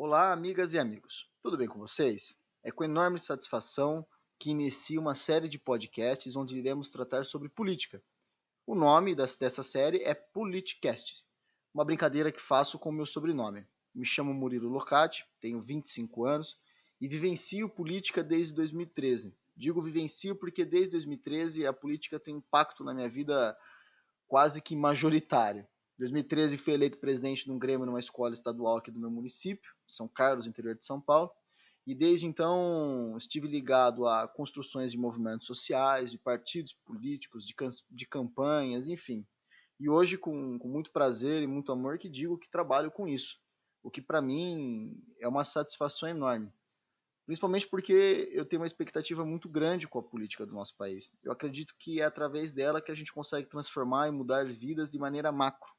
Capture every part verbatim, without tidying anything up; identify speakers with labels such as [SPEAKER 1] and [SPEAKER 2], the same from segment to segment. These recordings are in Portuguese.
[SPEAKER 1] Olá, amigas e amigos. Tudo bem com vocês? É com enorme satisfação que inicio uma série de podcasts onde iremos tratar sobre política. O nome das- dessa série é Politicast, uma brincadeira que faço com o meu sobrenome. Me chamo Murilo Locati, tenho vinte e cinco anos e vivencio política desde dois mil e treze. Digo vivencio porque desde dois mil e treze a política tem um impacto na minha vida quase que majoritário. Em dois mil e treze fui eleito presidente de um grêmio numa escola estadual aqui do meu município, São Carlos, interior de São Paulo, e desde então estive ligado a construções de movimentos sociais, de partidos políticos, de, de campanhas, enfim. E hoje, com, com muito prazer e muito amor, que digo que trabalho com isso, o que para mim é uma satisfação enorme. Principalmente porque eu tenho uma expectativa muito grande com a política do nosso país. Eu acredito que é através dela que a gente consegue transformar e mudar vidas de maneira macro.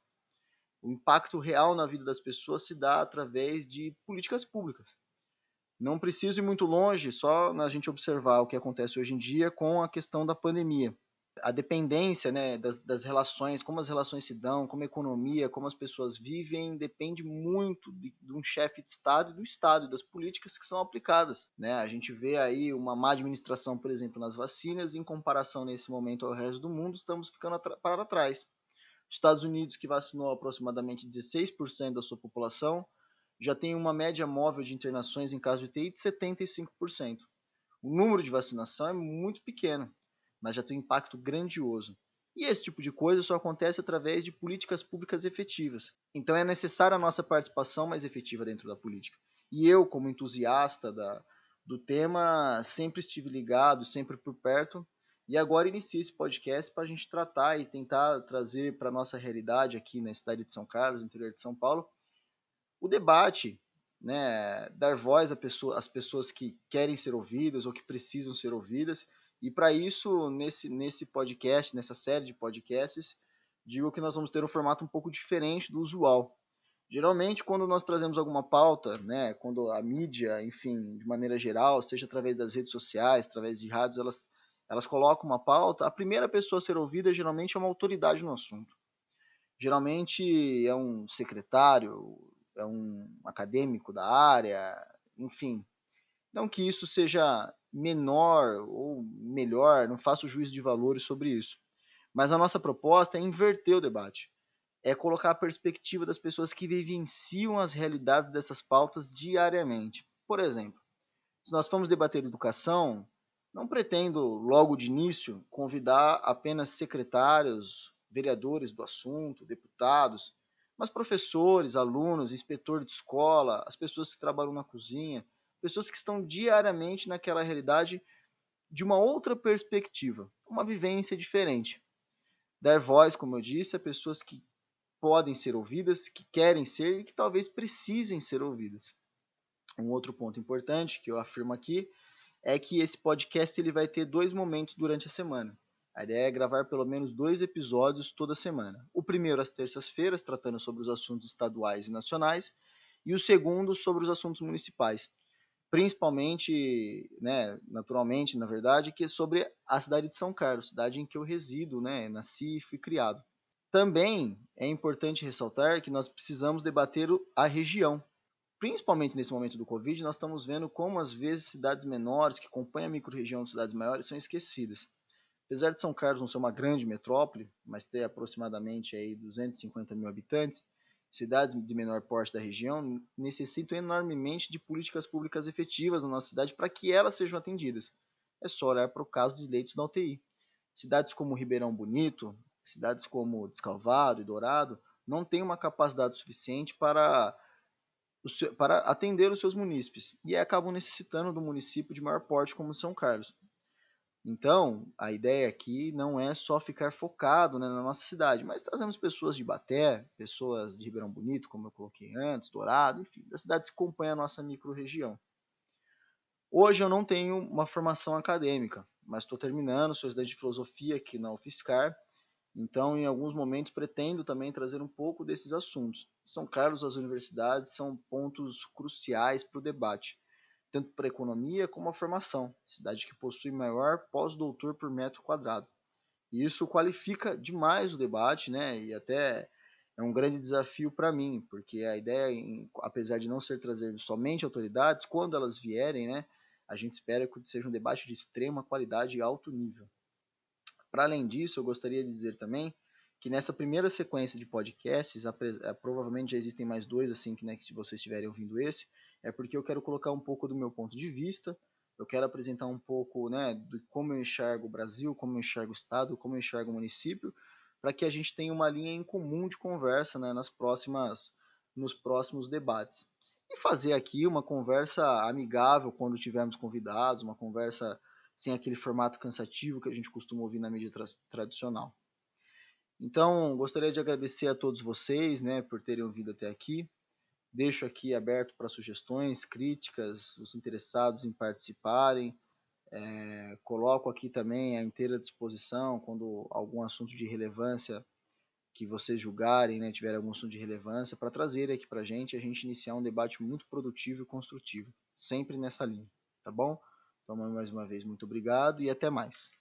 [SPEAKER 1] O impacto real na vida das pessoas se dá através de políticas públicas. Não preciso ir muito longe, só na gente observar o que acontece hoje em dia com a questão da pandemia. A dependência, né, das, das relações, como as relações se dão, como a economia, como as pessoas vivem, depende muito de, de um chefe de Estado e do Estado e das políticas que são aplicadas. Né? A gente vê aí uma má administração, por exemplo, nas vacinas, em comparação nesse momento ao resto do mundo, estamos ficando para trás. Os Estados Unidos, que vacinou aproximadamente dezesseis por cento da sua população, já tem uma média móvel de internações em caso de U T I de setenta e cinco por cento. O número de vacinação é muito pequeno, mas já tem um impacto grandioso. E esse tipo de coisa só acontece através de políticas públicas efetivas. Então é necessária a nossa participação mais efetiva dentro da política. E eu, como entusiasta da, do tema, sempre estive ligado, sempre por perto, e agora inicio esse podcast para a gente tratar e tentar trazer para a nossa realidade aqui na cidade de São Carlos, no interior de São Paulo, o debate, né, dar voz pessoa, às pessoas que querem ser ouvidas ou que precisam ser ouvidas. E para isso, nesse, nesse podcast, nessa série de podcasts, digo que nós vamos ter um formato um pouco diferente do usual. Geralmente, quando nós trazemos alguma pauta, né, quando a mídia, enfim, de maneira geral, seja através das redes sociais, através de rádios, elas, elas colocam uma pauta, a primeira pessoa a ser ouvida geralmente é uma autoridade no assunto. Geralmente é um secretário, é um acadêmico da área, enfim. Não que isso seja menor ou melhor, não faço juízo de valores sobre isso. Mas a nossa proposta é inverter o debate. É colocar a perspectiva das pessoas que vivenciam as realidades dessas pautas diariamente. Por exemplo, se nós formos debater educação, não pretendo, logo de início, convidar apenas secretários, vereadores do assunto, deputados, mas professores, alunos, inspetor de escola, as pessoas que trabalham na cozinha, pessoas que estão diariamente naquela realidade de uma outra perspectiva, uma vivência diferente. Dar voz, como eu disse, a pessoas que podem ser ouvidas, que querem ser e que talvez precisem ser ouvidas. Um outro ponto importante que eu afirmo aqui é que esse podcast ele vai ter dois momentos durante a semana. A ideia é gravar pelo menos dois episódios toda semana. O primeiro às terças-feiras, tratando sobre os assuntos estaduais e nacionais, e o segundo sobre os assuntos municipais. Principalmente, né, naturalmente, na verdade, que é sobre a cidade de São Carlos, cidade em que eu resido, né, nasci e fui criado. Também é importante ressaltar que nós precisamos debater a região. Principalmente nesse momento do Covid, nós estamos vendo como às vezes cidades menores que compõem a microrregião de cidades maiores são esquecidas. Apesar de São Carlos não ser uma grande metrópole, mas ter aproximadamente aí duzentos e cinquenta mil habitantes, cidades de menor porte da região necessitam enormemente de políticas públicas efetivas na nossa cidade para que elas sejam atendidas. É só olhar para o caso dos leitos da U T I. Cidades como Ribeirão Bonito, cidades como Descalvado e Dourado não têm uma capacidade suficiente para para atender os seus munícipes e acabam necessitando do município de maior porte como São Carlos. Então, a ideia aqui não é só ficar focado, né, na nossa cidade, mas trazemos pessoas de Ibaté, pessoas de Ribeirão Bonito, como eu coloquei antes, Dourado, enfim, das cidades que compõem a nossa microrregião. Hoje eu não tenho uma formação acadêmica, mas estou terminando, sou estudante de filosofia aqui na UFSCar. Então, em alguns momentos, pretendo também trazer um pouco desses assuntos. São Carlos, as universidades são pontos cruciais para o debate, tanto para a economia como a formação, cidade que possui maior pós-doutor por metro quadrado. E isso qualifica demais o debate, né? E até é um grande desafio para mim, porque a ideia, em, apesar de não ser trazer somente autoridades, quando elas vierem, né, a gente espera que seja um debate de extrema qualidade e alto nível. Para além disso, eu gostaria de dizer também que nessa primeira sequência de podcasts, a, a, provavelmente já existem mais dois, assim, que, né, que se vocês estiverem ouvindo esse, é porque eu quero colocar um pouco do meu ponto de vista, eu quero apresentar um pouco, né, de como eu enxergo o Brasil, como eu enxergo o Estado, como eu enxergo o município, para que a gente tenha uma linha em comum de conversa, né, nas próximas, nos próximos debates. E fazer aqui uma conversa amigável quando tivermos convidados, uma conversa sem aquele formato cansativo que a gente costuma ouvir na mídia tra tradicional. Então, gostaria de agradecer a todos vocês, né, por terem ouvido até aqui. Deixo aqui aberto para sugestões, críticas, os interessados em participarem. É, coloco aqui também à inteira disposição quando algum assunto de relevância que vocês julgarem, né, tiver algum assunto de relevância, para trazer aqui para a gente, a gente iniciar um debate muito produtivo e construtivo, sempre nessa linha, tá bom? Então, mais uma vez, muito obrigado e até mais.